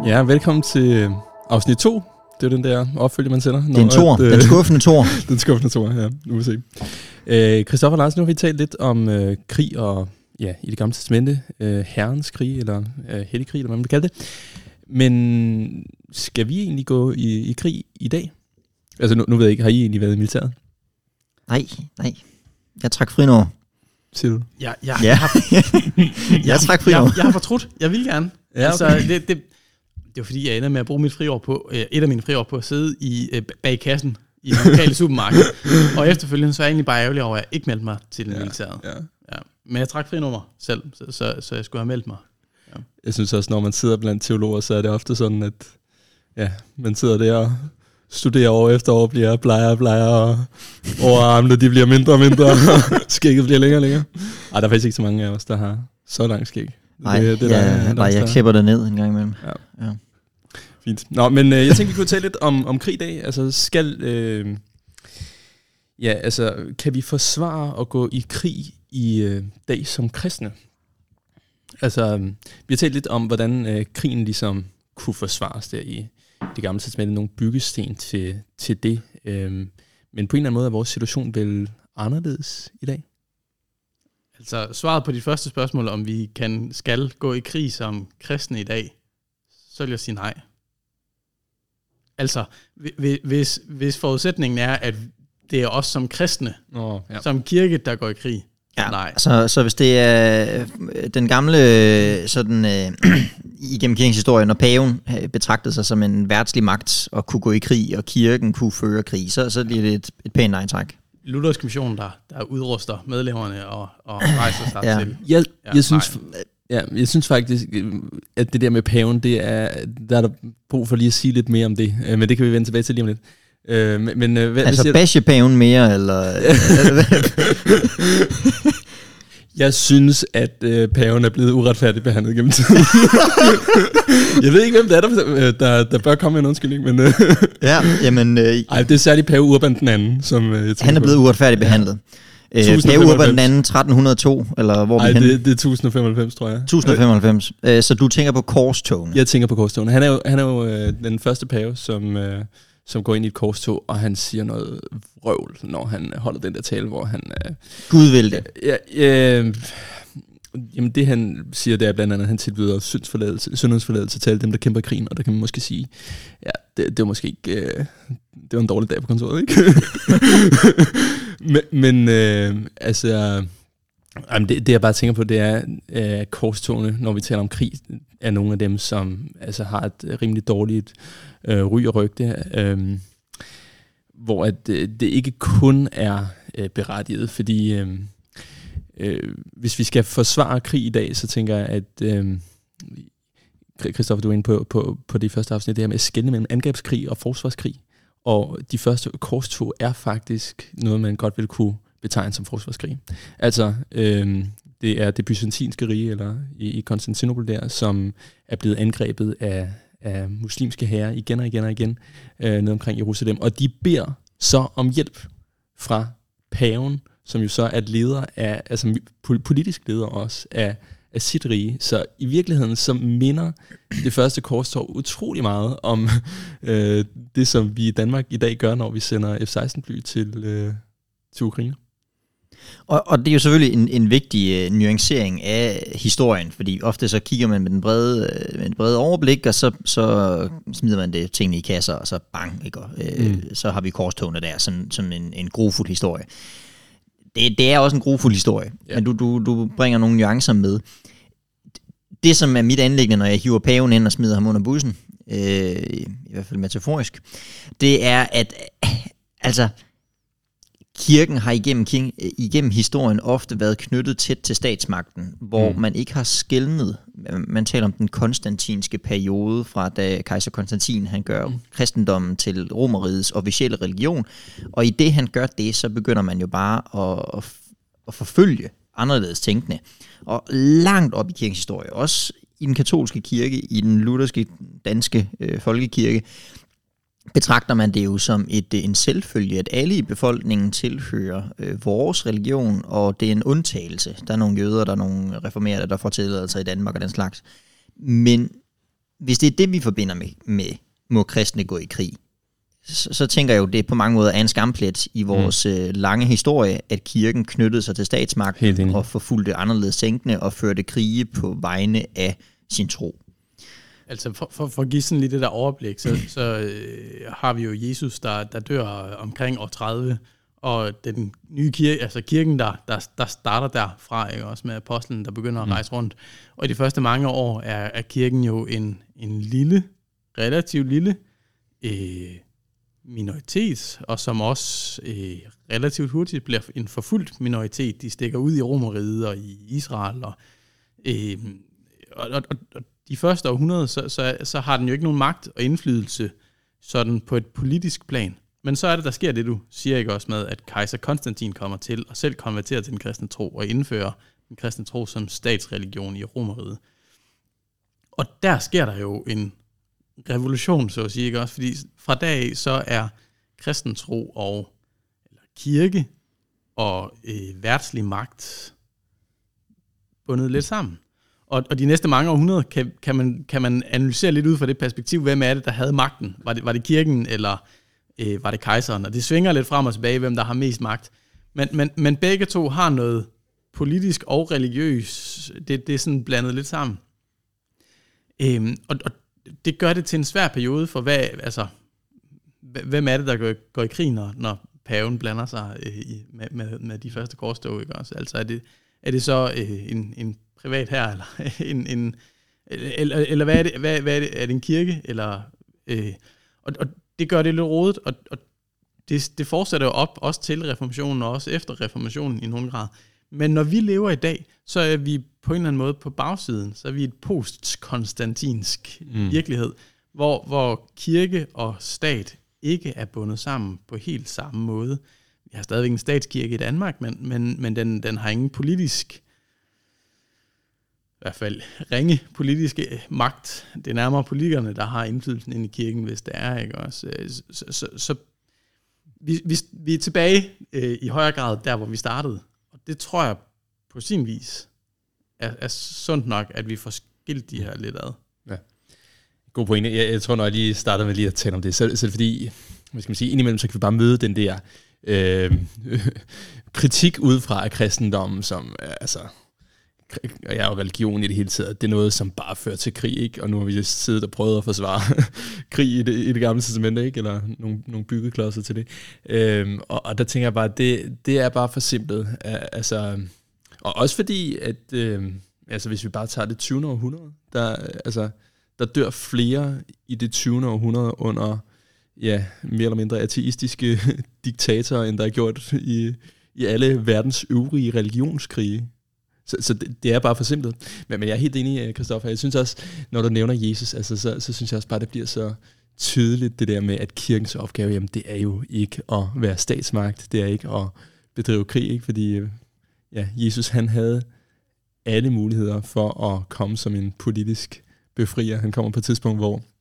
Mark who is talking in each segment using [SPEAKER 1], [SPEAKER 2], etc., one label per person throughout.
[SPEAKER 1] Ja, velkommen til afsnit 2. Det er den der opfølge, man sender.
[SPEAKER 2] Det er en tor. Den skuffende tor.
[SPEAKER 1] Den skuffende tor, ja. Nu vil vi se. Christoffer Larsen, nu har vi talt lidt om krig og, ja, i det gamle testamente, herrens krig, eller hellig krig, eller hvad man vil kalde det. Men skal vi egentlig gå i krig i dag? Altså, nu ved jeg ikke, har I egentlig været i militæret?
[SPEAKER 2] Nej. Jeg trak fri nu.
[SPEAKER 1] Siger du?
[SPEAKER 2] Ja. Jeg trak fri nu.
[SPEAKER 3] Jeg har fortrudt. Jeg vil gerne.
[SPEAKER 1] Ja, okay.
[SPEAKER 3] Altså, det var fordi, jeg ender med at bruge mit friår på, et af mine friår på at sidde bag kassen i det lokale supermarked. Og efterfølgende så er jeg egentlig bare ærgerlig over, at jeg ikke meldte mig til militæret. Ja. Men jeg trak frinummer selv, så jeg skulle have meldt mig. Ja.
[SPEAKER 1] Jeg synes også, når man sidder blandt teologer, så er det ofte sådan, at man sidder der og studerer år efter år, bliver blegere, og overarmene de bliver mindre og mindre, og skægget bliver længere og længere. Ej, der er faktisk ikke så mange af os, der har så langt skæg.
[SPEAKER 2] Jeg klipper det ned en gang imellem. Ja.
[SPEAKER 1] Fint. Nå, men jeg tænkte, vi kunne tale lidt om krig i dag. Altså, kan vi forsvare at gå i krig i dag som kristne? Altså, vi har talt lidt om, hvordan krigen ligesom kunne forsvares der i det gamle testamente, nogle byggesten til det. Men på en eller anden måde er vores situation vel anderledes i dag?
[SPEAKER 3] Altså, svaret på dit første spørgsmål, om vi skal gå i krig som kristne i dag, så vil jeg sige nej. Altså, hvis forudsætningen er, at det er os som kristne, som kirke, der går i krig, nej.
[SPEAKER 2] Så hvis det er den gamle, sådan, igennem kirkens historie, når paven betragtede sig som en verdslig magt og kunne gå i krig, og kirken kunne føre krig, så bliver det et pænt nej-tak.
[SPEAKER 3] Luthersk mission, der udruster medlemmerne og rejser sig til.
[SPEAKER 1] Jeg synes faktisk, at det der med paven, der er der brug for lige at sige lidt mere om det. Men det kan vi vende tilbage til lige om lidt.
[SPEAKER 2] Altså bashe paven mere, eller?
[SPEAKER 1] Jeg synes, at paven er blevet uretfærdigt behandlet gennem tiden. Jeg ved ikke, hvem det er, der bør komme med en undskyldning, men... Ej, det er særligt pave Urban den anden, som...
[SPEAKER 2] Han er blevet uretfærdigt behandlet. Pave Urban den anden, 1302, eller hvor vi henne?
[SPEAKER 1] Det er 1095, tror jeg.
[SPEAKER 2] 1095. Så du tænker på korstogene?
[SPEAKER 1] Jeg tænker på korstogene. Han er jo den første pave, som går ind i et korstog, og han siger noget vrøvl, når han holder den der tale, hvor han...
[SPEAKER 2] Gud vil det.
[SPEAKER 1] Jamen det han siger, det er blandt andet, at han tilbyder syndsforladelse til alle dem, der kæmper i krigen, og der kan man måske sige, det var måske ikke... det var en dårlig dag på kontoret, ikke? men det jeg bare tænker på, det er korstogene, når vi taler om krig, er nogle af dem, som altså har et rimelig dårligt ry og rygte, hvor at det ikke kun er berettiget, fordi hvis vi skal forsvare krig i dag, så tænker jeg, at Christoffer, du er inde på det første afsnit, det her med at skelne mellem angrebskrig og forsvarskrig, og de første korstog er faktisk noget, man godt vil kunne betegne som forsvarskrig. Altså, det er det byzantinske rige, eller i Konstantinopel der, som er blevet angrebet af muslimske hære igen og igen ned omkring Jerusalem, og de beder så om hjælp fra paven, som jo så er leder af, altså politisk leder også af sit rige. Så i virkeligheden så minder det første korstog utrolig meget om det, som vi i Danmark i dag gør, når vi sender F-16-fly til Ukraine.
[SPEAKER 2] Og det er jo selvfølgelig en vigtig nuancering af historien, fordi ofte så kigger man med den brede overblik, og så smider man det tingene i kasser, og så bang, ikke? Så har vi korstogene der som en grufuld historie. Det er også en grufuld historie, men du bringer nogle nuancer med. Det, som er mit anliggende, når jeg hiver paven ind og smider ham under bussen, i hvert fald metaforisk, det er, at altså kirken har igennem historien ofte været knyttet tæt til statsmagten, hvor man ikke har skelnet. Man taler om den konstantinske periode, fra da kejser Konstantin han gør kristendommen til Romerrigets officielle religion, og i det han gør det, så begynder man jo bare at forfølge anderledes tænkende. Og langt op i kirkens historie, også i den katolske kirke, i den lutherske danske folkekirke, betragter man det jo som en selvfølge, at alle i befolkningen tilhører vores religion, og det er en undtagelse. Der er nogle jøder, der er nogle reformerede, der får tilladelser i Danmark og den slags. Men hvis det er det, vi forbinder med må kristne gå i krig, så tænker jeg jo, det på mange måder er en skamplet i vores lange historie, at kirken knyttede sig til statsmagten og forfulgte anderledes tænkende og førte krige på vegne af sin tro.
[SPEAKER 3] Altså for at give sådan lidt det der overblik, så har vi jo Jesus, der dør omkring år 30, og den nye kirke, altså kirken, der starter derfra, ikke? Også med apostlen, der begynder at rejse rundt. Og i de første mange år er kirken jo en lille, relativt lille minoritet, og som også relativt hurtigt bliver en forfulgt minoritet. De stikker ud i Romerriget og i Israel, og de første århundrede, så har den jo ikke nogen magt og indflydelse sådan på et politisk plan. Men så er det, der sker det, du siger, ikke også med, at kejser Konstantin kommer til og selv konverterer til den kristne tro og indfører den kristne tro som statsreligion i Romerriget. Og der sker der jo en revolution, så at sige, ikke også? Fordi fra dag af, så er kristen tro og eller kirke og verdslig magt bundet lidt sammen. Og de næste mange århundreder kan man analysere lidt ud fra det perspektiv, hvem er det, der havde magten? Var det kirken, eller var det kejseren? Og det svinger lidt frem og tilbage, hvem der har mest magt. Men begge to har noget politisk og religiøs. Det er sådan blandet lidt sammen. Og det gør det til en svær periode for, hvem er det, der går i krig, når paven blander sig med de første korstog, ikke også? Altså er det så en privat her, eller hvad er det? Hvad er det? Er det en kirke? Eller, og det gør det lidt rodet, og det fortsætter jo op, også til reformationen, og også efter reformationen i nogen grad. Men når vi lever i dag, så er vi på en eller anden måde på bagsiden, så er vi et post-konstantinsk virkelighed, hvor kirke og stat ikke er bundet sammen på helt samme måde. Vi har stadigvæk en statskirke i Danmark, men den har ingen politisk, i hvert fald ringe politiske magt. Det er nærmere politikerne, der har indflydelsen ind i kirken, hvis det er, ikke også? Så vi er tilbage i højere grad der, hvor vi startede. Og det tror jeg på sin vis er sundt nok, at vi får skilt de her lidt ad. Ja.
[SPEAKER 1] God pointe. Jeg tror, når jeg lige startede med lige at tale om det, så fordi, hvad skal man sige, indimellem så kan vi bare møde den der kritik udefra af kristendommen, som altså, og jeg er jo religion i det hele taget, det er noget, som bare fører til krig, ikke? Og nu har vi just siddet og prøvet at forsvare krig i det gamle testamente, ikke? Eller nogle byggeklodser til det. Og der tænker jeg bare, at det er bare for simpelt. Altså, og også fordi, at altså, hvis vi bare tager det 20. århundrede, der dør flere i det 20. århundrede under mere eller mindre ateistiske diktatorer, end der er gjort i alle verdens øvrige religionskrige. Så det er bare for simpelt. Men jeg er helt enig, Christoffer. Jeg synes også, når du nævner Jesus, altså, så synes jeg også bare, det bliver så tydeligt, det der med, at kirkens opgave, jamen, det er jo ikke at være statsmagt. Det er ikke at bedrive krig, ikke? Fordi Jesus, han havde alle muligheder for at komme som en politisk befrier. Han kommer på et tidspunkt,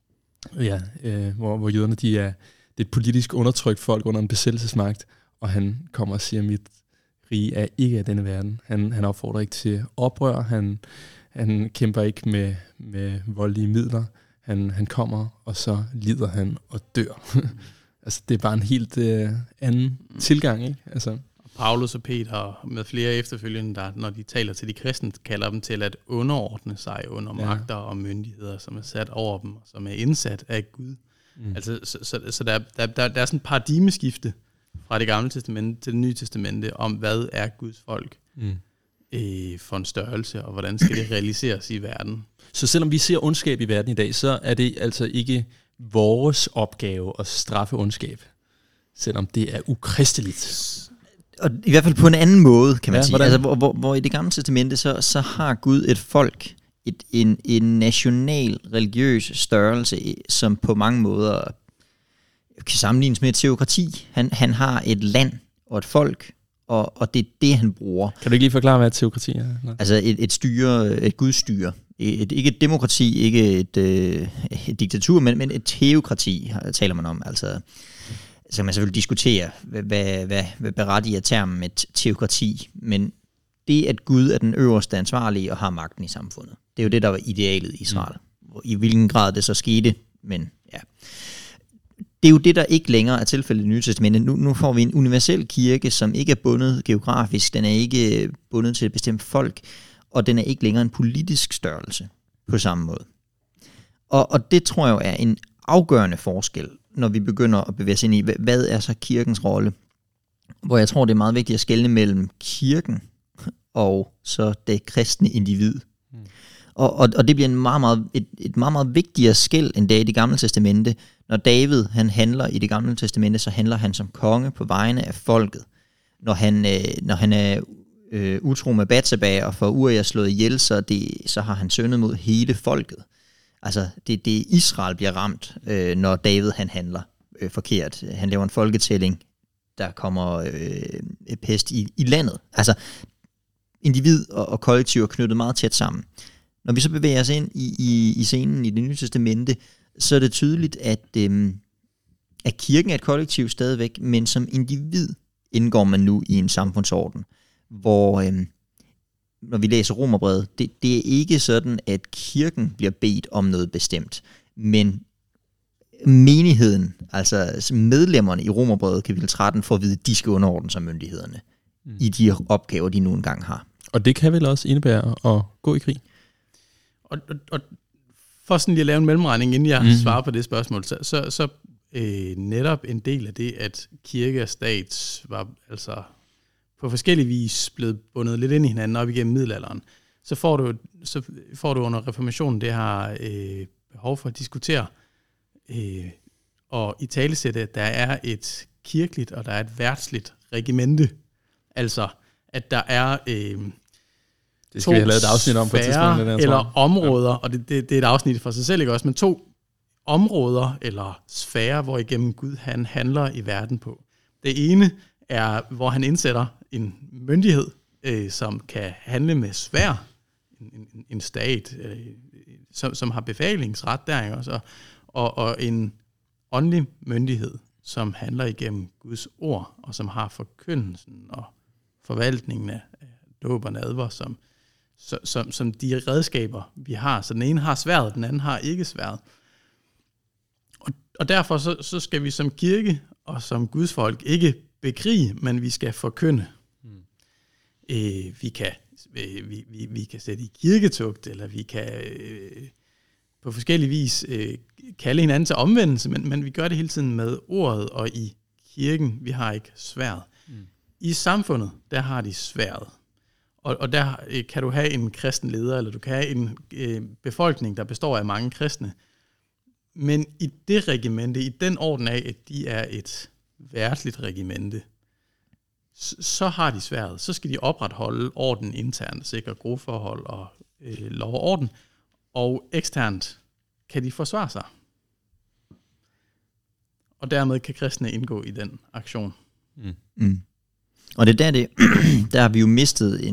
[SPEAKER 1] hvor jøderne, det er et politisk undertrykt folk under en besættelsesmagt, og han kommer og siger, mit rige er ikke af denne verden. Han opfordrer ikke til oprør, han kæmper ikke med voldelige midler, han kommer, og så lider han og dør. Altså, det er bare en helt anden tilgang, ikke? Altså.
[SPEAKER 3] Paulus og Peter med flere efterfølgende, der, når de taler til de kristne, kalder dem til at underordne sig under magter og myndigheder, som er sat over dem, og som er indsat af Gud. Altså, så der er sådan et paradigmeskifte fra det gamle testamente til det nye testamente, om hvad er Guds folk for en størrelse, og hvordan skal det realiseres i verden.
[SPEAKER 1] Så selvom vi ser ondskab i verden i dag, så er det altså ikke vores opgave at straffe ondskab, selvom det er ukristeligt.
[SPEAKER 2] Og i hvert fald på en anden måde, kan man sige. Altså, hvor i det gamle testamente, så har Gud et folk, en national, religiøs størrelse, som på mange måder kan sammenlignes med et teokrati. Han har et land og et folk, og det er det, han bruger.
[SPEAKER 1] Kan du ikke lige forklare, hvad et teokrati er? Nej.
[SPEAKER 2] Altså et styre, et gudsstyre. Ikke et demokrati, ikke et diktatur, men et teokrati, taler man om. Altså, så kan man selvfølgelig diskutere, hvad berettiger termen et teokrati, men det, at Gud er den øverste ansvarlige og har magten i samfundet, det er jo det, der var idealet i Israel, i hvilken grad det så skete, men ja. Det er jo det, der ikke længere er tilfældet i Det Nye Testamente. Nu får vi en universel kirke, som ikke er bundet geografisk, den er ikke bundet til et bestemt folk, og den er ikke længere en politisk størrelse på samme måde. Og det tror jeg jo er en afgørende forskel, når vi begynder at bevæge os ind i, hvad er så kirkens rolle? Hvor jeg tror, det er meget vigtigt at skelne mellem kirken og så det kristne individ. Og det bliver et meget, meget vigtigere skel end det i Det Gamle Testamente. Når David han handler i Det Gamle Testamente, så handler han som konge på vegne af folket. Når han er utro med Batseba og får Uria slået ihjel, så har han syndet mod hele folket. Altså det Israel bliver ramt, når David han handler forkert. Han laver en folketælling, der kommer pest i landet. Altså individ og kollektiv er knyttet meget tæt sammen. Når vi så bevæger os ind i scenen i Det Nye Testamente, så er det tydeligt, at kirken er et kollektiv stadigvæk, men som individ indgår man nu i en samfundsorden, hvor når vi læser Romerbrevet, det er ikke sådan, at kirken bliver bedt om noget bestemt, men menigheden, altså medlemmerne i Romerbrevet kapitel 13, får at vide, at de skal underordne sig myndighederne i de opgaver, de nu engang har.
[SPEAKER 1] Og det kan vel også indebære at gå i krig?
[SPEAKER 3] Og for sådan lige at lave en mellemregning, inden jeg svarer på det spørgsmål, så netop en del af det, at kirke og stat var altså på forskellige vis blevet bundet lidt ind i hinanden op igennem middelalderen, så får du under reformationen det her behov for at diskutere og i talesætte, at der er et kirkeligt og der er et verdsligt regimente. Altså, at der er
[SPEAKER 1] det skal vi have lavet et afsnit om på et tidspunkt.
[SPEAKER 3] Eller områder, og det er et afsnit for sig selv, ikke også, men 2 områder eller sfærer, hvor igennem Gud han handler i verden på. Det ene er, hvor han indsætter en myndighed, som kan handle med sværd, en stat, som har befalingsret der, ikke også, og en åndelig myndighed, som handler igennem Guds ord, og som har forkyndelsen og forvaltningen af dåb og nadver, som de redskaber, vi har. Så den ene har sværdet, den anden har ikke sværdet. Og derfor så skal vi som kirke og som Guds folk ikke bekrige, men vi skal forkynde. Vi kan sætte i kirketugt, eller vi kan på forskellige vis kalde hinanden til omvendelse, men vi gør det hele tiden med ordet, og i kirken, vi har ikke sværd. I samfundet, der har de sværd. Og der kan du have en kristen leder, eller du kan have en befolkning, der består af mange kristne. Men i det regimente, i den orden af, at de er et verdsligt regimente, så har de sværd. Så skal de opretholde orden internt, sikre gruppeforhold og lov og orden. Og eksternt kan de forsvare sig. Og dermed kan kristne indgå i den aktion.
[SPEAKER 2] Og det er der har vi jo mistet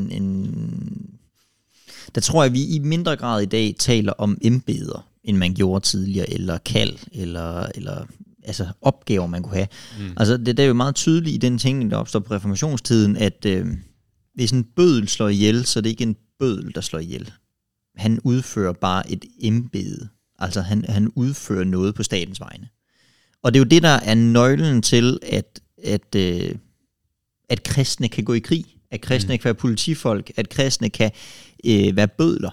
[SPEAKER 2] der tror jeg, vi i mindre grad i dag taler om embeder, end man gjorde tidligere, eller kald, eller altså opgaver, man kunne have. Altså det er jo meget tydeligt i den ting, der opstår på reformationstiden, at hvis en bøddel slår ihjel, så er det ikke en bøddel, der slår ihjel. Han udfører bare et embede. Altså han udfører noget på statens vegne. Og det er jo det, der er nøglen til, at kristne kan gå i krig, at kristne kan være politifolk, at kristne kan være bødler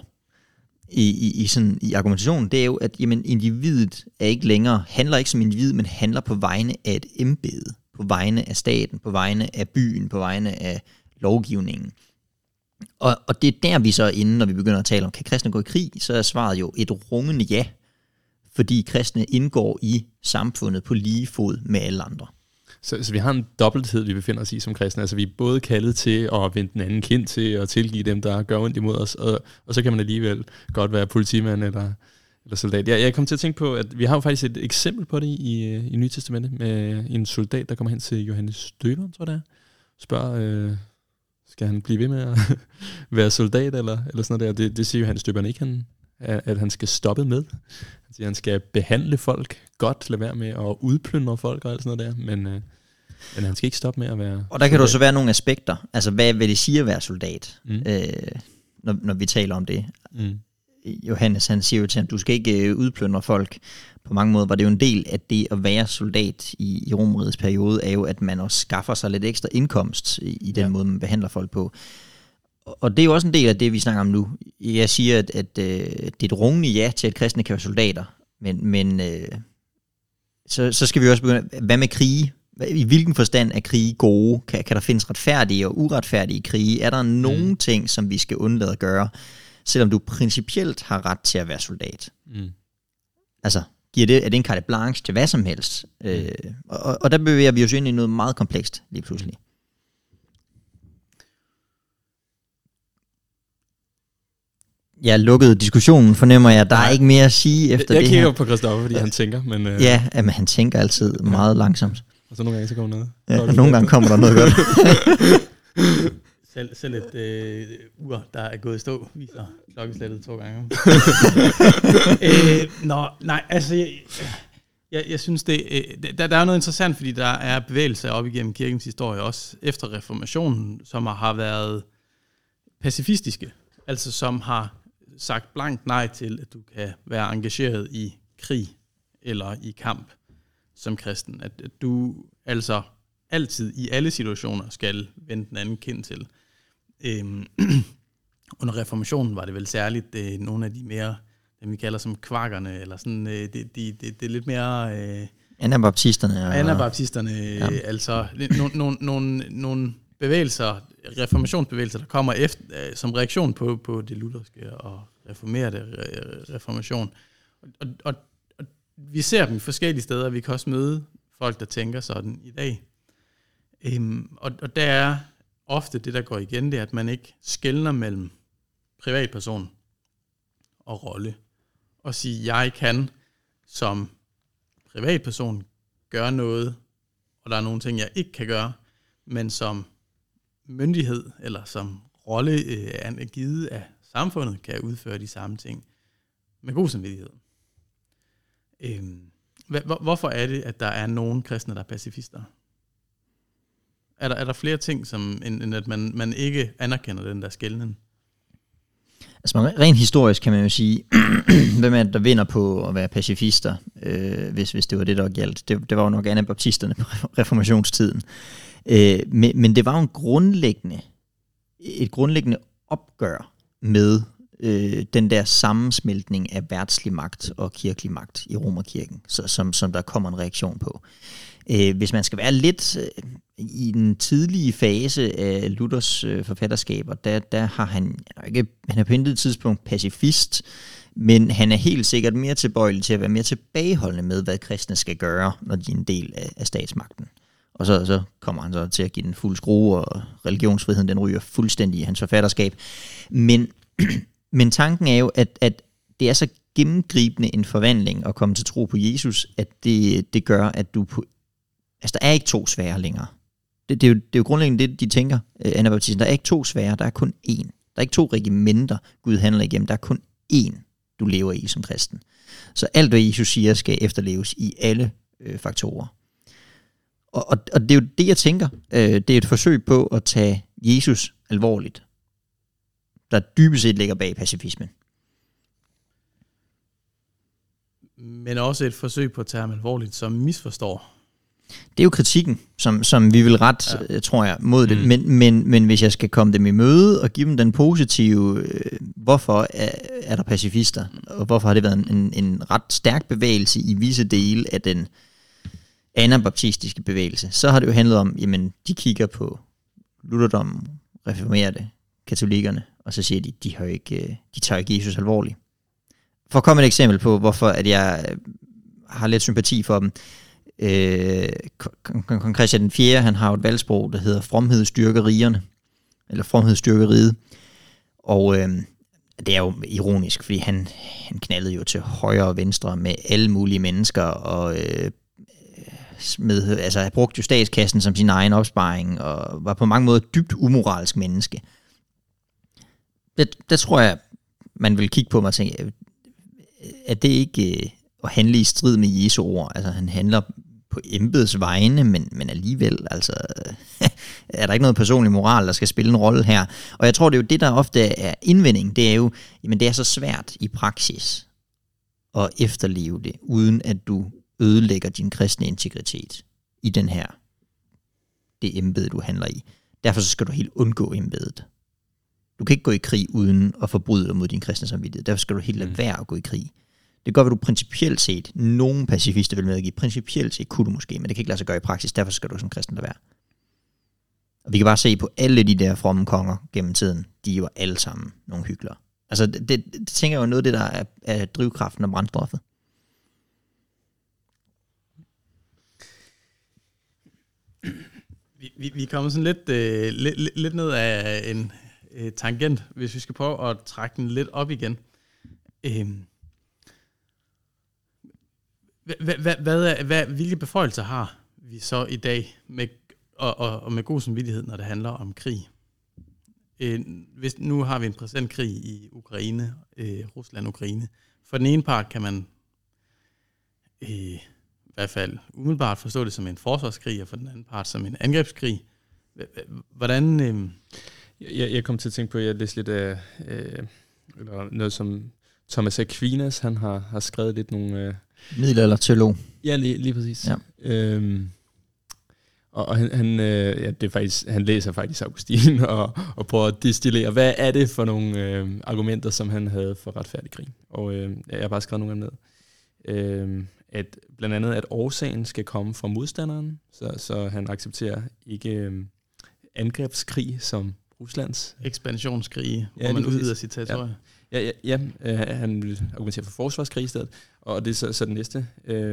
[SPEAKER 2] i argumentationen. Det er jo, at jamen, individet handler ikke som individ, men handler på vegne af et embede, på vegne af staten, på vegne af byen, på vegne af lovgivningen. Og det er der, vi så er inde, når vi begynder at tale om, kan kristne gå i krig, så er svaret jo et rungende ja, fordi kristne indgår i samfundet på lige fod med alle andre.
[SPEAKER 1] Så vi har en dobbelthed, vi befinder os i som kristne. Altså vi er både kaldet til at vende den anden kind til at tilgive dem, der gør ondt imod os, og så kan man alligevel godt være politimand eller soldat. Jeg kom til at tænke på, at vi har jo faktisk et eksempel på det i Nye Testamente med en soldat, der kommer hen til Johannes Døberen, tror jeg det er. Spørger, skal han blive ved med at være soldat eller sådan noget der? Det siger Johannes Døberen ikke, at han skal stoppe med. Han siger, han skal behandle folk godt, lade være med at udplyndre folk og alt sådan noget der, men han skal ikke stoppe med at være
[SPEAKER 2] Og der kan der så være nogle aspekter. Altså, hvad vil det sige at være soldat, når vi taler om det? Johannes, han siger jo til ham, du skal ikke udplyndre folk. På mange måder var det jo en del af det at være soldat i Romerrigets periode, er jo, at man også skaffer sig lidt ekstra indkomst i den måde, man behandler folk på. Og det er jo også en del af det, vi snakker om nu. Jeg siger, at det er et rungende ja til, at kristne kan være soldater, men så skal vi også begynde, hvad med krige? I hvilken forstand er krige gode? Kan der findes retfærdige og uretfærdige krige? Er der nogle ting, som vi skal undlade at gøre, selvom du principielt har ret til at være soldat? Altså, er det en carte blanche til hvad som helst? Og der bevæger vi os ind i noget meget komplekst lige pludselig. Jeg lukkede diskussionen, fornemmer jeg. Der er ikke mere at sige efter det her.
[SPEAKER 1] Jeg kigger på Christoffer, fordi han tænker. Men,
[SPEAKER 2] ja, men han tænker altid meget langsomt.
[SPEAKER 1] Og så nogle gange så kommer noget.
[SPEAKER 2] Ja, og nogle gange kommer der noget godt.
[SPEAKER 3] Selv et ur, der er gået i stå, viser klokkeslættet 2 gange. Jeg synes, der er noget interessant, fordi der er bevægelser op igennem kirkens historie, også efter reformationen, som har været pacifistiske. Altså som har sagt blankt nej til, at du kan være engageret i krig eller i kamp som kristen. At du altså altid i alle situationer skal vende den anden kind til. Under reformationen var det vel særligt nogle af de mere, dem vi kalder som kvakkerne, eller sådan, det er lidt mere...
[SPEAKER 2] Anabaptisterne.
[SPEAKER 3] Anabaptisterne, ja. Altså nogle bevægelser, reformationsbevægelser, der kommer efter, som reaktion på det lutherske og reformerede reformation. Og vi ser dem i forskellige steder, vi kan også møde folk, der tænker sådan i dag. Og der er ofte det, der går igen, det er, at man ikke skelner mellem privatperson og rolle. Og sige, jeg kan som privatperson gøre noget, og der er nogle ting, jeg ikke kan gøre, men som myndighed eller som rolle givet af samfundet, kan udføre de samme ting med god samvittighed. Hvorfor er det, at der er nogle kristne, der er pacifister? Er der flere ting, end at man ikke anerkender den der skelnen?
[SPEAKER 2] Altså rent historisk kan man jo sige, hvem er det, der vinder på at være pacifister, hvis det var det, der gjaldt. Det var jo nok anabaptisterne på reformationstiden. Men det var jo et grundlæggende opgør med den der sammensmeltning af verdslig magt og kirkelig magt i Romerkirken, som der kommer en reaktion på. Hvis man skal være lidt i den tidlige fase af Luthers forfatterskaber, der har han er på intet tidspunkt pacifist, men han er helt sikkert mere tilbøjelig til at være mere tilbageholdende med, hvad kristne skal gøre, når de er en del af statsmagten. Og så kommer han så til at give den fuld skrue, og religionsfriheden den ryger fuldstændig i hans forfatterskab. Men tanken er jo, at det er så gennemgribende en forvandling at komme til tro på Jesus, at det gør, at der er ikke 2 sfærer længere. Det er jo grundlæggende det, de tænker, anabaptisten. Der er ikke 2 sfærer, der er kun én. Der er ikke 2 regimenter, Gud handler igennem. Der er kun én, du lever i som kristen. Så alt, hvad Jesus siger, skal efterleves i alle faktorer. Og det er jo det, jeg tænker. Det er et forsøg på at tage Jesus alvorligt, der dybest set ligger bag pacifismen.
[SPEAKER 3] Men også et forsøg på at tage ham alvorligt, som misforstår.
[SPEAKER 2] Det er jo kritikken, som vi vil ret, tror jeg, mod det. Men hvis jeg skal komme dem i møde og give dem den positive, hvorfor er der pacifister, og hvorfor har det været en ret stærk bevægelse i visse dele af den anabaptistiske bevægelse, så har det jo handlet om, jamen, de kigger på lutherdommen, reformerede, katolikkerne, og så siger de tager ikke Jesus alvorligt. For at komme et eksempel på, hvorfor at jeg har lidt sympati for dem. Kong Christian den 4., han har jo et valgsprog, der hedder fromhed styrker rigerne, eller fromhed styrker riget. Og det er jo ironisk, fordi han knaldede jo til højre og venstre med alle mulige mennesker, og brugte jo statskassen som sin egen opsparing, og var på mange måder et dybt umoralsk menneske. Der tror jeg, man vil kigge på mig og tænke, at det ikke at handle i strid med Jesu ord. Altså han handler på embedets vegne, men alligevel, altså, er der ikke noget personlig moral, der skal spille en rolle her? Og jeg tror, det er jo det, der ofte er indvending, det er jo, jamen det er så svært i praksis at efterleve det, uden at du ødelægger din kristne integritet i det embede, du handler i. Derfor så skal du helt undgå embedet. Du kan ikke gå i krig uden at forbryde dig mod din kristne samvittighed. Derfor skal du helt lade være at gå i krig. Det gør, at du principielt set, nogle pacifister vil medgive, principielt set kunne du måske, men det kan ikke lade sig gøre i praksis, derfor skal du som kristen lade være. Og vi kan bare se på alle de der fromme konger gennem tiden, de er jo alle sammen nogle hyklere. Altså det tænker jeg jo noget af det, der er drivkraften og brændstoffet.
[SPEAKER 3] Vi kommer sådan lidt ned af en tangent, hvis vi skal prøve at trække den lidt op igen. Hvilke beføjelser har vi så i dag og med god samvittighed, når det handler om krig? Hvis nu har vi en præsentkrig i Ukraine, Rusland-Ukraine. For den ene part kan man i hvert fald umiddelbart forstå det som en forsvarskrig, og for den anden part som en angrebskrig. Hvordan...
[SPEAKER 1] Jeg kom til at tænke på, at jeg læste lidt af noget, som Thomas Aquinas, han har skrevet lidt nogle...
[SPEAKER 2] Middelalderteolog.
[SPEAKER 1] Ja, lige præcis.
[SPEAKER 2] Ja.
[SPEAKER 1] Og det er faktisk, han læser faktisk Augustin og prøver at destillere, hvad er det for nogle argumenter, som han havde for retfærdig krig. Og jeg har bare skrevet nogle af dem ned. At blandt andet, at årsagen skal komme fra modstanderen, så han accepterer ikke angrebskrig som Ruslands.
[SPEAKER 3] Ekspansionskrig, hvor man udvider sit territorium.
[SPEAKER 1] Ja, han vil argumentere for forsvarskrig i stedet. Og det er så det næste,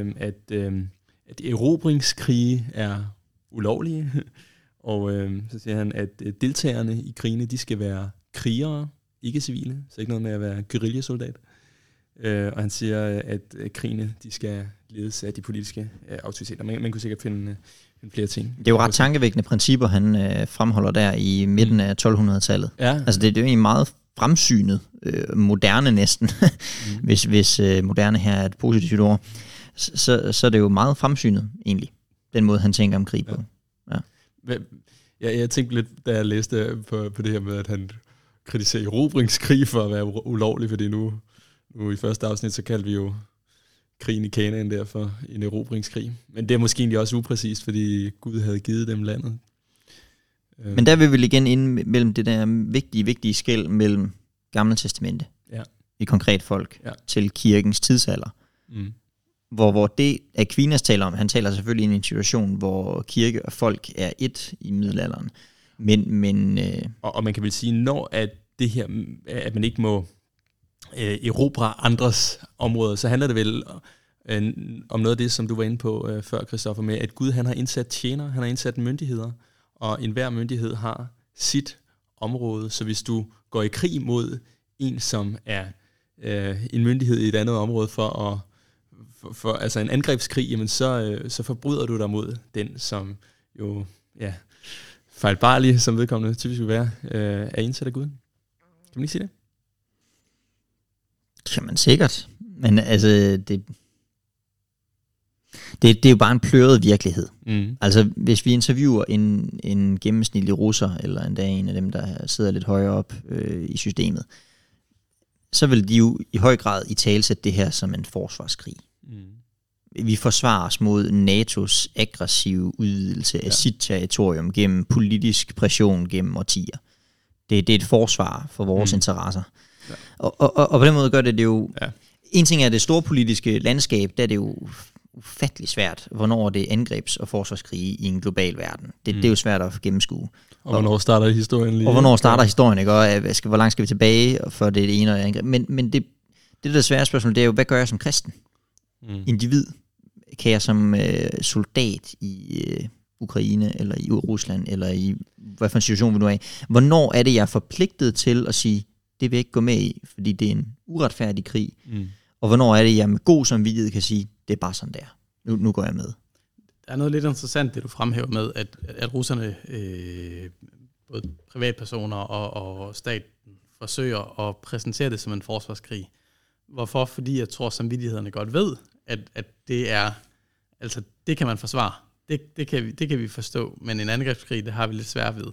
[SPEAKER 1] at erobringskrige er ulovlige. Og så siger han, at deltagerne i krigene, de skal være krigere, ikke civile. Så ikke noget med at være guerillasoldat. Og han siger, at krigene, de skal ledes af de politiske autoriteter. Man kunne sikkert finde flere ting.
[SPEAKER 2] Det er jo ret tankevækkende principper, han fremholder der i midten af 1200-tallet. Ja. Altså det er jo egentlig meget fremsynet, moderne næsten, hvis moderne her er et positivt ord, så er det jo meget fremsynet egentlig, den måde han tænker om krig på.
[SPEAKER 1] Ja. Jeg tænkte lidt, da jeg læste på det her med, at han kritiserer erobringskrig for at være ulovlig, fordi nu i første afsnit, så kaldte vi jo krigen i Kanaan der for en erobringskrig. Men det er måske egentlig også upræcist, fordi Gud havde givet dem landet.
[SPEAKER 2] Men der vil vi igen ind mellem det der vigtige skel mellem Gamle Testamente, et konkret folk, til kirkens tidsalder. Hvor det Aquinas taler om, han taler selvfølgelig ind i en situation, hvor kirke og folk er et i middelalderen.
[SPEAKER 1] Og man kan vel sige, når at det her, at man ikke må erobre andres områder, så handler det vel om noget af det, som du var inde på før, Christoffer, med at Gud han har indsat tjenere, han har indsat myndigheder, og enhver myndighed har sit område. Så hvis du går i krig mod en, som er en myndighed i et andet område for altså en angrebskrig, jamen så forbryder du dig mod den, som jo fejlbarlig, som vedkommende typisk vil være, er indsat af Gud. Kan man ikke sige det?
[SPEAKER 2] Kan man sikkert, men altså det er jo bare en pløret virkelighed. Altså hvis vi interviewer en gennemsnitlig russer, eller endda en af dem, der sidder lidt højere op i systemet, så vil de jo i høj grad italesætte det her som en forsvarskrig. Vi forsvarer os mod NATO's aggressive udvidelse af sit territorium gennem politisk pression gennem årtier. Det er et forsvar for vores interesser. Ja. Og på den måde gør det jo... Ja. En ting er det store politiske landskab, der er det jo ufattelig svært, hvornår det er angrebs- og forsvarskrige i en global verden. Det er jo svært at gennemskue.
[SPEAKER 1] Og hvornår starter historien lige?
[SPEAKER 2] Og hvornår starter historien, ikke? Og hvor langt skal vi tilbage for det ene og det angreb? Men det der svære spørgsmål, det er jo, hvad gør jeg som kristen? Individ? Kan jeg som soldat i Ukraine, eller i Rusland, eller i hvad for en situation vi nu er i? Hvornår er det, jeg er forpligtet til at sige, det vil jeg ikke gå med i, fordi det er en uretfærdig krig? Og hvornår er det, jeg med god samvittighed kan sige, det er bare sådan der. Nu går jeg med.
[SPEAKER 3] Der er noget lidt interessant, det du fremhæver med, at russerne, både privatpersoner og staten, forsøger at præsentere det som en forsvarskrig. Hvorfor? Fordi jeg tror, samvittighederne godt ved, at det er, altså det kan man forsvare. Det kan vi forstå, men en angrebskrig, det har vi lidt svært ved.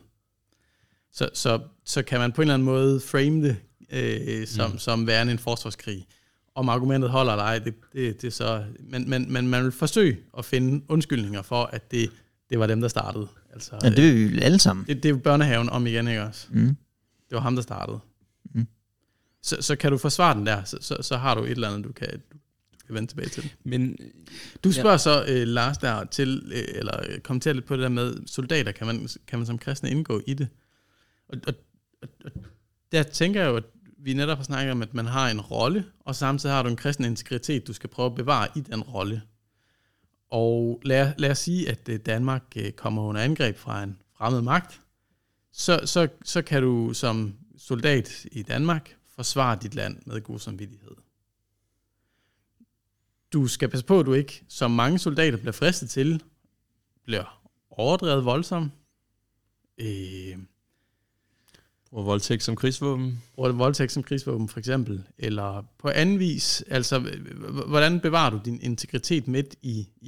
[SPEAKER 3] Så kan man på en eller anden måde frame det som værende en forsvarskrig. Om argumentet holder eller ej, det er så... Men man vil forsøge at finde undskyldninger for, at det var dem, der startede. Altså,
[SPEAKER 2] ja, det er jo alle sammen.
[SPEAKER 3] Det er jo børnehaven om igen, ikke også?
[SPEAKER 2] Mm.
[SPEAKER 3] Det var ham, der startede. Mm. Så kan du forsvare den der, så har du et eller andet, du kan vende tilbage til. Men du spørger så, Lars, der til, eller kommenterer lidt på det der med soldater, kan man som kristne indgå i det? Og der tænker jeg jo, at vi netop har snakket om, at man har en rolle, og samtidig har du en kristen integritet, du skal prøve at bevare i den rolle. Og lad os sige, at Danmark kommer under angreb fra en fremmed magt, så kan du som soldat i Danmark forsvare dit land med god samvittighed. Du skal passe på, at du ikke, som mange soldater bliver fristet til, bliver overdrevet voldsom.
[SPEAKER 1] Bruger voldtægt som krigsvåben.
[SPEAKER 3] For eksempel. Eller på anden vis, altså, hvordan bevarer du din integritet midt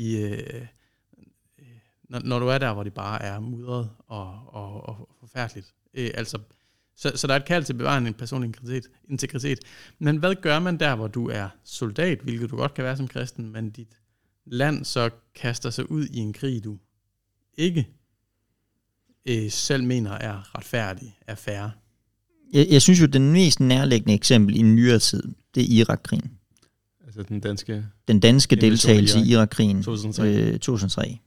[SPEAKER 3] når du er der, hvor det bare er mudret og forfærdeligt. Så der er et kald til at bevare en personlig integritet. Men hvad gør man der, hvor du er soldat, hvilket du godt kan være som kristen, men dit land så kaster sig ud i en krig, du ikke selv mener er retfærdig, er fair?
[SPEAKER 2] Jeg synes jo, den mest nærliggende eksempel i nyere tid, det er Irak-krigen.
[SPEAKER 1] Altså
[SPEAKER 2] den danske deltagelse i Irak-krigen
[SPEAKER 1] 2003.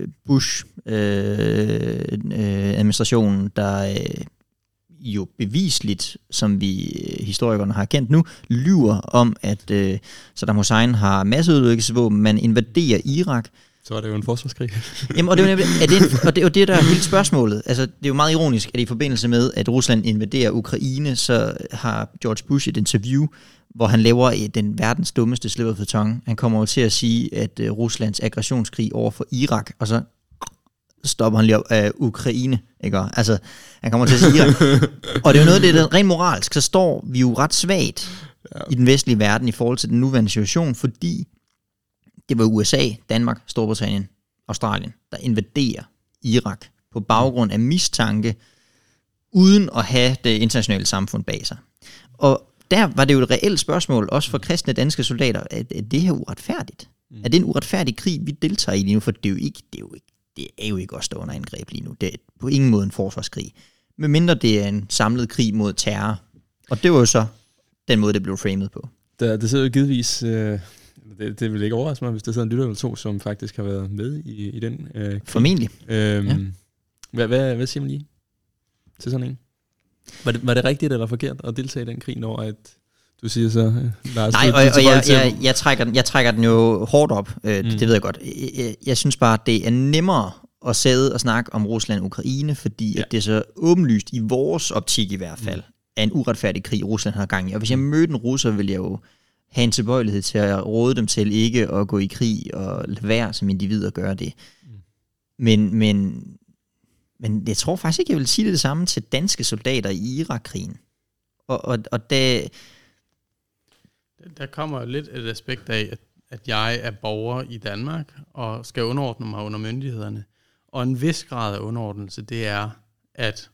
[SPEAKER 2] Bush-administrationen, der jo bevisligt, som vi historikerne har kendt nu, lyver om, at Saddam Hussein har masseødelæggelsesvåben, man invaderer Irak.
[SPEAKER 1] Så er det jo en forsvarskrig.
[SPEAKER 2] Jamen, og det er jo det, der er hele spørgsmålet. Altså, det er jo meget ironisk, at i forbindelse med, at Rusland invaderer Ukraine, så har George Bush et interview, hvor han laver den verdens dummeste slip of the tongue. Han kommer over til at sige, at Ruslands aggressionskrig over for Irak, og så stopper han lige af Ukraine, ikke? Altså, han kommer til at sige Irak. Og det er jo noget af det, der rent moralsk, så står vi jo ret svagt i den vestlige verden i forhold til den nuværende situation, fordi det var USA, Danmark, Storbritannien, Australien, der invaderer Irak på baggrund af mistanke, uden at have det internationale samfund bag sig. Og der var det jo et reelt spørgsmål, også for kristne danske soldater, at det her uretfærdigt? Er det en uretfærdig krig, vi deltager i lige nu? For det er jo ikke at stå under angreb lige nu. Det er på ingen måde en forsvarskrig. Medmindre det er en samlet krig mod terror. Og det var jo så den måde, det blev framet på.
[SPEAKER 1] Det sidder jo givetvis... Det vil ikke overraske mig, hvis der sidder en lytter eller to, som faktisk har været med i den krig.
[SPEAKER 2] Formentlig.
[SPEAKER 1] Hvad siger man lige til sådan en? Var det rigtigt eller forkert at deltage i den krig, når at du siger så... Lars,
[SPEAKER 2] nej, og jeg trækker den jo hårdt op. Det ved jeg godt. Jeg synes bare, det er nemmere at sidde og snakke om Rusland og Ukraine, fordi at det er så åbenlyst, i vores optik i hvert fald, er en uretfærdig krig, Rusland har gang i. Og hvis jeg mødte en russer, ville jeg jo have en tilbøjelighed til at råde dem til ikke at gå i krig og lade være som individ at gøre det. Men jeg tror faktisk ikke, jeg vil sige det samme til danske soldater i Irak-krigen. Og det...
[SPEAKER 3] Der kommer jo lidt et aspekt af, at jeg er borger i Danmark og skal underordne mig under myndighederne. Og en vis grad af underordnelse, det er, at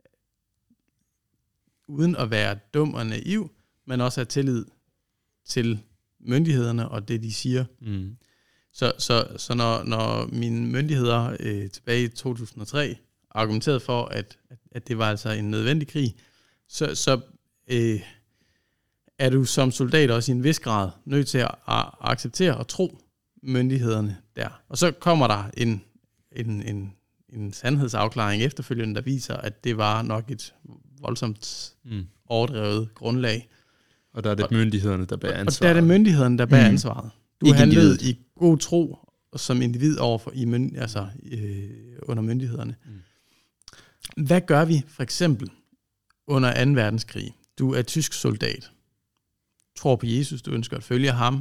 [SPEAKER 3] uden at være dum og naiv, men også have tillid til myndighederne og det, de siger. Så når mine myndigheder tilbage i 2003 argumenterede for, at det var altså en nødvendig krig, så er du som soldat også i en vis grad nødt til at acceptere og tro myndighederne der. Og så kommer der en sandhedsafklaring efterfølgende, der viser, at det var nok et voldsomt overdrevet grundlag.
[SPEAKER 1] Og der er det myndighederne, der bærer ansvaret.
[SPEAKER 3] Og der er det myndighederne, der bærer ansvaret. Du handlede i god tro som individ overfor under myndighederne. Hvad gør vi for eksempel under 2. verdenskrig? Du er tysk soldat. Tror på Jesus, du ønsker at følge ham.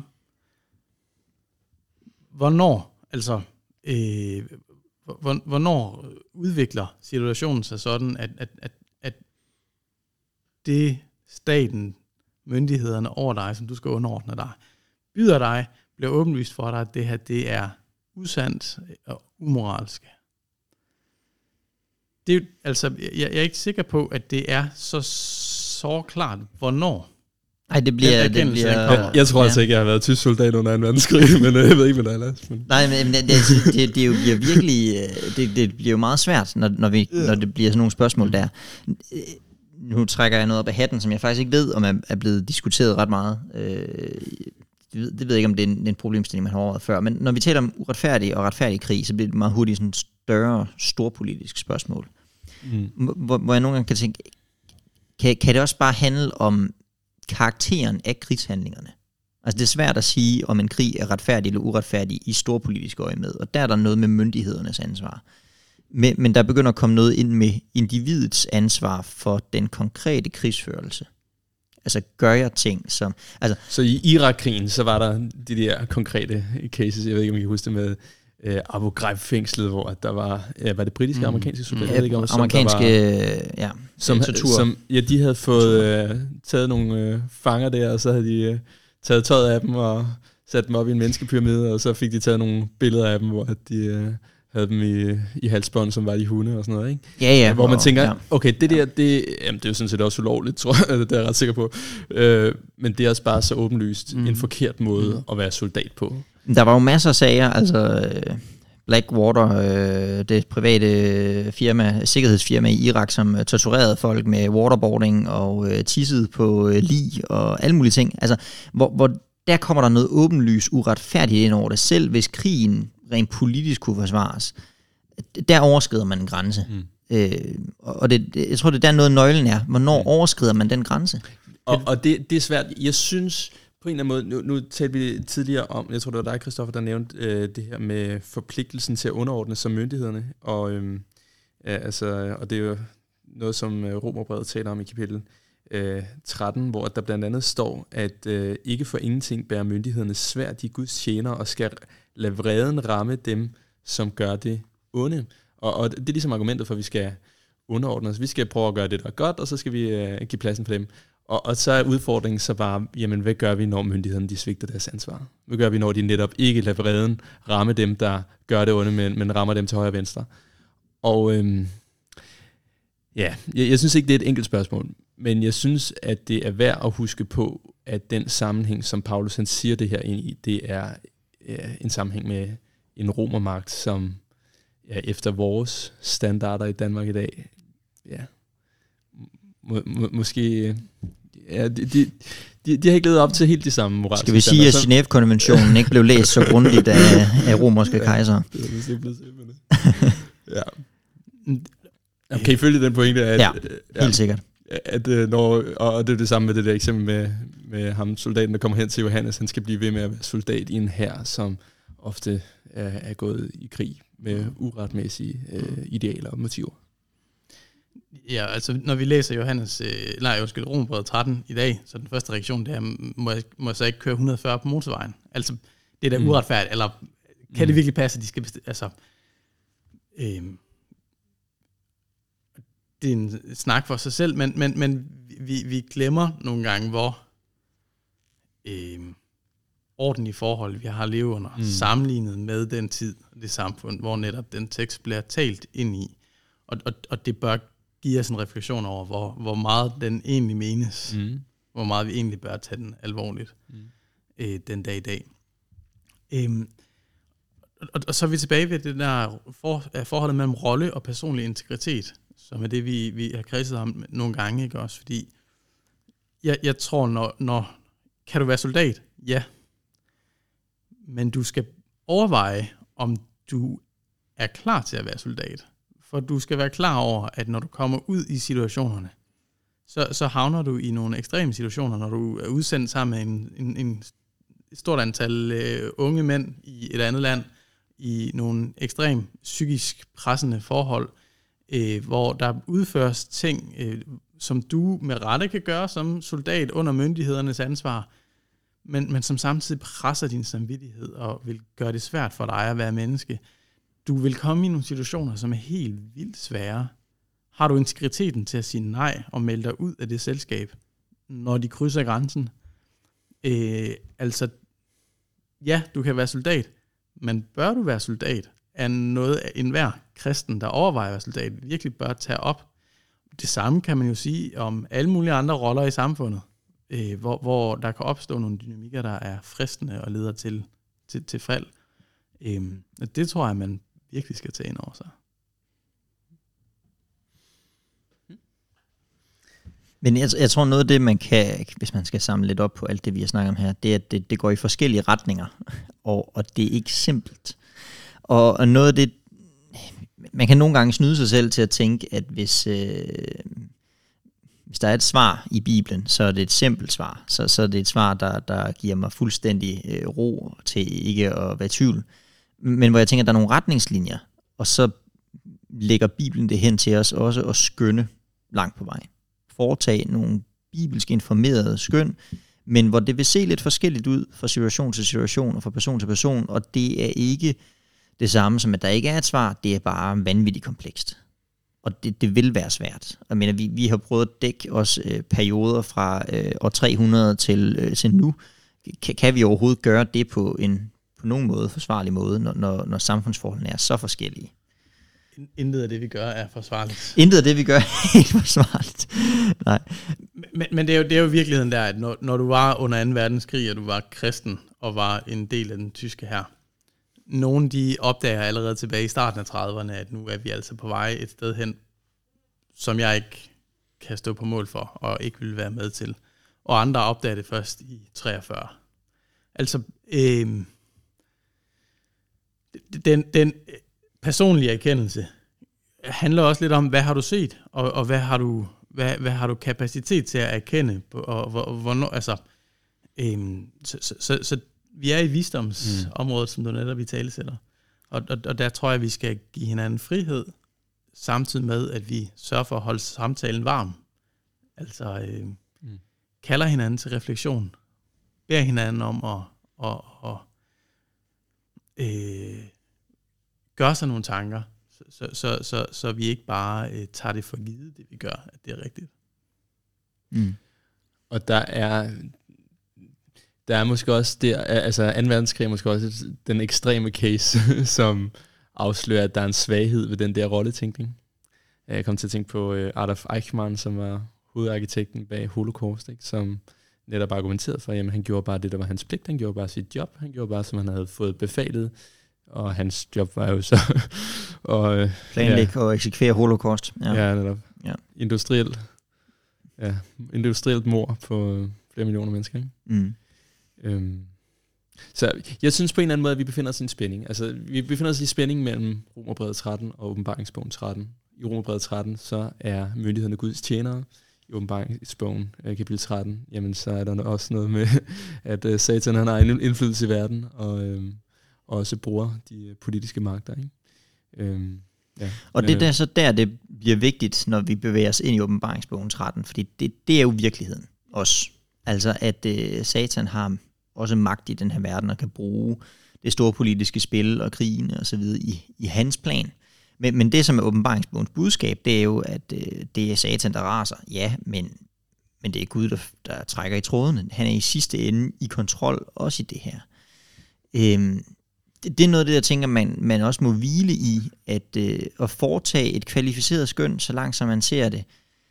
[SPEAKER 3] Hvornår udvikler situationen sig sådan, at det staten, myndighederne over dig, som du skal underordne dig, byder dig, bliver åbenlyst for dig, at det her, det er usandt og umoralsk. Det er jo, altså, jeg er ikke sikker på, at det er så klart, hvornår.
[SPEAKER 2] Nej, det bliver...
[SPEAKER 1] Jeg tror altså ikke, jeg har været tysk soldat under 2. verdenskrig, men jeg ved ikke, hvad der er. Men.
[SPEAKER 2] Nej, men det bliver virkelig... Det bliver jo meget svært, når det bliver sådan nogle spørgsmål der. Nu trækker jeg noget op af hatten, som jeg faktisk ikke ved, om er blevet diskuteret ret meget. Det ved jeg ikke, om det er en problemstilling, man har overvejet før. Men når vi taler om uretfærdig og retfærdig krig, så bliver det meget hurtigt sådan et større, storpolitisk spørgsmål. Hvor jeg nogle gange kan tænke, kan det også bare handle om karakteren af krigshandlingerne? Altså det er svært at sige, om en krig er retfærdig eller uretfærdig i storpolitisk øje med, og der er der noget med myndighedernes ansvar. Men der begynder at komme noget ind med individets ansvar for den konkrete krigsførelse. Altså gør jeg ting som... Altså,
[SPEAKER 1] så i Irak-krigen, så var der de der konkrete cases, jeg ved ikke, om I kan huske det med Abu Ghraib-fængslet, hvor der var det britiske og amerikanske soldater?
[SPEAKER 2] Amerikanske,
[SPEAKER 1] som de havde fået taget nogle fanger der, og så havde de taget tøjet af dem og sat dem op i en menneskepyramide, og så fik de taget nogle billeder af dem, hvor de havde dem i halsbånd, som var de hunde og sådan noget, ikke?
[SPEAKER 2] Ja.
[SPEAKER 1] Hvor man tænker, okay, det er jo sådan set også ulovligt, tror jeg, det er jeg ret sikker på. Men det er også bare så åbenlyst en forkert måde at være soldat på.
[SPEAKER 2] Der var jo masser af sager, altså Blackwater, det private sikkerhedsfirma i Irak, som torturerede folk med waterboarding og tissede på lig og alle mulige ting. Altså, hvor der kommer der noget åbenlyst uretfærdigt ind over det, selv hvis krigen rent politisk kunne forsvares. Der overskrider man en grænse. Og jeg tror, det er der noget nøglen er. Hvornår overskrider man den grænse?
[SPEAKER 1] Og det er svært. Jeg synes på en eller anden måde, nu talte vi tidligere om, jeg tror det var dig, Christoffer, der nævnte det her med forpligtelsen til at underordne sig myndighederne. Og, og det er jo noget, som Romerbrevet taler om i kapitel 13, hvor der blandt andet står, at ikke for ingenting bærer myndighedernes sværd, de Guds tjener, og skal lade vreden ramme dem, som gør det onde. Og det er ligesom argumentet for, at vi skal underordne os. Vi skal prøve at gøre det, der er godt, og så skal vi give pladsen for dem. Og så er udfordringen så bare, jamen hvad gør vi, når myndighederne de svigter deres ansvar? Hvad gør vi, når de netop ikke lader vreden ramme dem, der gør det onde, men rammer dem til højre og venstre? Og jeg synes ikke, det er et enkelt spørgsmål, men jeg synes, at det er værd at huske på, at den sammenhæng, som Paulus han siger det her ind i, det er en sammenhæng med en romermagt, som efter vores standarder i Danmark i dag, måske... De har ikke levet op til helt de samme moralske.
[SPEAKER 2] Skal vi sige, at Genève-konventionen ikke blev læst så grundigt af romerske kejser?
[SPEAKER 1] Det er vist ikke blevet set med det. Ja. Kan I følge den pointe?
[SPEAKER 2] Helt sikkert.
[SPEAKER 1] Og det er det samme med det der eksempel med ham, soldaten, der kommer hen til Johannes. Han skal blive ved med at være soldat i en hær, som ofte er gået i krig med uretmæssige idealer og motiver.
[SPEAKER 3] Ja, altså når vi læser Romerbrevet 13 i dag, så den første reaktion, det er, må jeg så ikke køre 140 på motorvejen? Altså, det er da uretfærdigt, eller kan det virkelig passe, at de skal det er en snak for sig selv, men vi glemmer nogle gange, hvor ordentlige forhold vi har levet under, sammenlignet med den tid, det samfund, hvor netop den tekst bliver talt ind i. Og det bør give os en refleksion over, hvor meget den egentlig menes, hvor meget vi egentlig bør tage den alvorligt den dag i dag. Og så er vi tilbage ved det der forholdet mellem rolle og personlig integritet, som er det, vi har kredset om nogle gange, ikke også? Fordi jeg tror, når kan du være soldat? Ja. Men du skal overveje, om du er klar til at være soldat. For du skal være klar over, at når du kommer ud i situationerne, så havner du i nogle ekstreme situationer, når du er udsendt sammen med en stort antal unge mænd i et andet land, i nogle ekstremt psykisk pressende forhold, hvor der udføres ting, som du med rette kan gøre som soldat under myndighedernes ansvar, men som samtidig presser din samvittighed og vil gøre det svært for dig at være menneske. Du vil komme i nogle situationer, som er helt vildt svære. Har du integriteten til at sige nej og melde dig ud af det selskab, når de krydser grænsen? Ja, du kan være soldat, Men bør du være soldat, er noget af enhver kristen, der overvejer at være soldat, virkelig bør tage op. Det samme kan man jo sige om alle mulige andre roller i samfundet, hvor der kan opstå nogle dynamikker, der er fristende og leder til fald. Det tror jeg, man virkelig skal tage ind over sig.
[SPEAKER 2] Men jeg tror noget af det, man kan, hvis man skal samle lidt op på alt det, vi har snakket om her, det er, at det går i forskellige retninger, og det er ikke simpelt. Og noget af det, man kan nogle gange snyde sig selv til at tænke, at hvis der er et svar i Bibelen, så er det et simpelt svar. Så er det et svar, der giver mig fuldstændig ro til ikke at være i tvivl. Men hvor jeg tænker, at der er nogle retningslinjer, og så lægger Bibelen det hen til os også at skønne langt på vej. Foretage nogle bibelsk informerede skøn, men hvor det vil se lidt forskelligt ud fra situation til situation og fra person til person, og det er ikke det samme som, at der ikke er et svar, det er bare vanvittigt komplekst. Og det vil være svært. Jeg mener, vi har prøvet at dække også perioder fra år 300 til nu. Kan vi overhovedet gøre det på nogen måde, forsvarlig måde, når samfundsforholdene er så forskellige?
[SPEAKER 3] Intet af det, vi gør, er forsvarligt.
[SPEAKER 2] Intet af det, vi gør, er ikke forsvarligt. Nej.
[SPEAKER 3] Men det er jo virkeligheden der, at når du var under 2. verdenskrig, og du var kristen, og var en del af den tyske hær, nogle de opdager allerede tilbage i starten af 30'erne, at nu er vi altså på vej et sted hen, som jeg ikke kan stå på mål for, og ikke vil være med til. Og andre opdager det først i 43. Altså, den personlige erkendelse handler også lidt om, hvad har du set, og hvad har du kapacitet til at erkende, og hvornår, altså, så vi er i visdomsområdet, som du netop i talesætter, og der tror jeg, vi skal give hinanden frihed, samtidig med, at vi sørger for at holde samtalen varm, altså kalder hinanden til refleksion, beder hinanden om at gøre sig nogle tanker, så vi ikke bare tager det for givet, det vi gør, at det er rigtigt.
[SPEAKER 1] Og der er måske også der, altså 2. verdenskrig er måske også den ekstreme case, som afslører, at der er en svaghed ved den der rolletænkning. Jeg kom til at tænke på Adolf Eichmann, som var hovedarkitekten bag Holocaust, ikke? Som netop argumenterede for, at han gjorde bare det, der var hans pligt. Han gjorde bare sit job. Han gjorde bare, som han havde fået befalet. Og hans job var jo så
[SPEAKER 2] planlægge og eksekvere Holocaust.
[SPEAKER 1] Ja, netop. Ja. Industrielt mord på flere millioner mennesker. Ikke? Så jeg synes på en eller anden måde, at vi befinder os i en spænding. Altså, vi befinder os i spænding mellem Romerbrevet 13 og Åbenbaringsbogen 13. I Romerbrevet 13, så er myndighederne Guds tjenere. I Åbenbaringsbogen, kapitel 13, jamen så er der også noget med, at Satan han har en indflydelse i verden, og også bruger de politiske magter. Ikke?
[SPEAKER 2] Og det er så der, det bliver vigtigt, når vi bevæger os ind i Åbenbaringsbogen 13, fordi det er jo virkeligheden også. Altså at Satan har også magt i den her verden, og kan bruge det store politiske spil og krigen og så videre i hans plan. Men det, som er åbenbaringsbogens budskab, det er jo, at det er Satan, der raser. Ja, men det er Gud, der trækker i trådene. Han er i sidste ende i kontrol, også i det her. Det er noget af det, jeg tænker, man også må hvile i, at foretage et kvalificeret skøn, så langt som man ser det.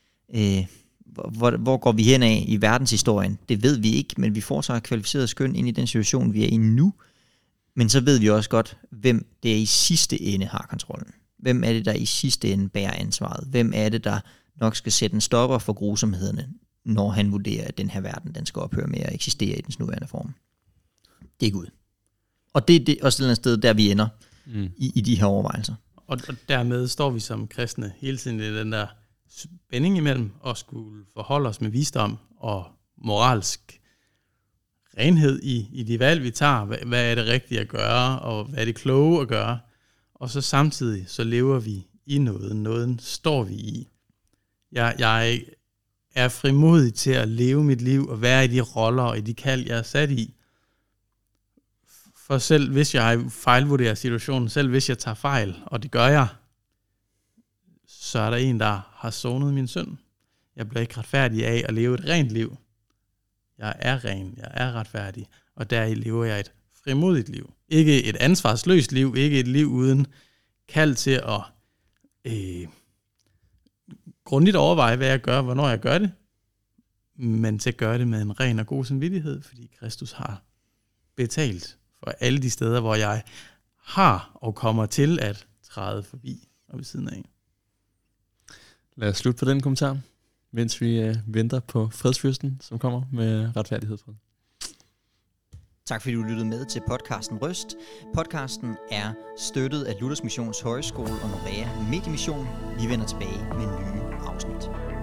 [SPEAKER 2] Hvor går vi hen af i verdenshistorien? Det ved vi ikke, men vi foretager et kvalificeret skøn ind i den situation, vi er i nu. Men så ved vi også godt, hvem det er i sidste ende har kontrollen. Hvem er det, der i sidste ende bærer ansvaret? Hvem er det, der nok skal sætte en stopper for grusomhederne, når han vurderer, at den her verden den skal ophøre med at eksistere i dens nuværende form? Det er Gud. Og det er også et eller andet sted, der vi ender i de her overvejelser.
[SPEAKER 3] Og dermed står vi som kristne hele tiden i den der spænding imellem at skulle forholde os med visdom og moralsk renhed i de valg, vi tager. Hvad er det rigtige at gøre, og hvad er det kloge at gøre? Og så samtidig, så lever vi i nåden står vi i. Jeg er frimodig til at leve mit liv og være i de roller og i de kald, jeg er sat i. For selv hvis jeg fejlvurderer situationen, selv hvis jeg tager fejl, og det gør jeg, så er der en, der har sonet min synd. Jeg bliver ikke retfærdig af at leve et rent liv. Jeg er ren, jeg er retfærdig, og deri lever jeg et frimodigt liv. Ikke et ansvarsløst liv, ikke et liv uden kald til at grundigt overveje, hvad jeg gør, hvornår jeg gør det, men til at gøre det med en ren og god samvittighed, fordi Kristus har betalt for alle de steder, hvor jeg har og kommer til at træde forbi og ved siden af.
[SPEAKER 1] Lad os slutte på den kommentar, mens vi venter på fredsfyrsten, som kommer med retfærdighed.
[SPEAKER 2] Tak fordi du lyttede med til podcasten Røst. Podcasten er støttet af Luthers Missions Højskole og Norea Mediemission. Vi vender tilbage med nye afsnit.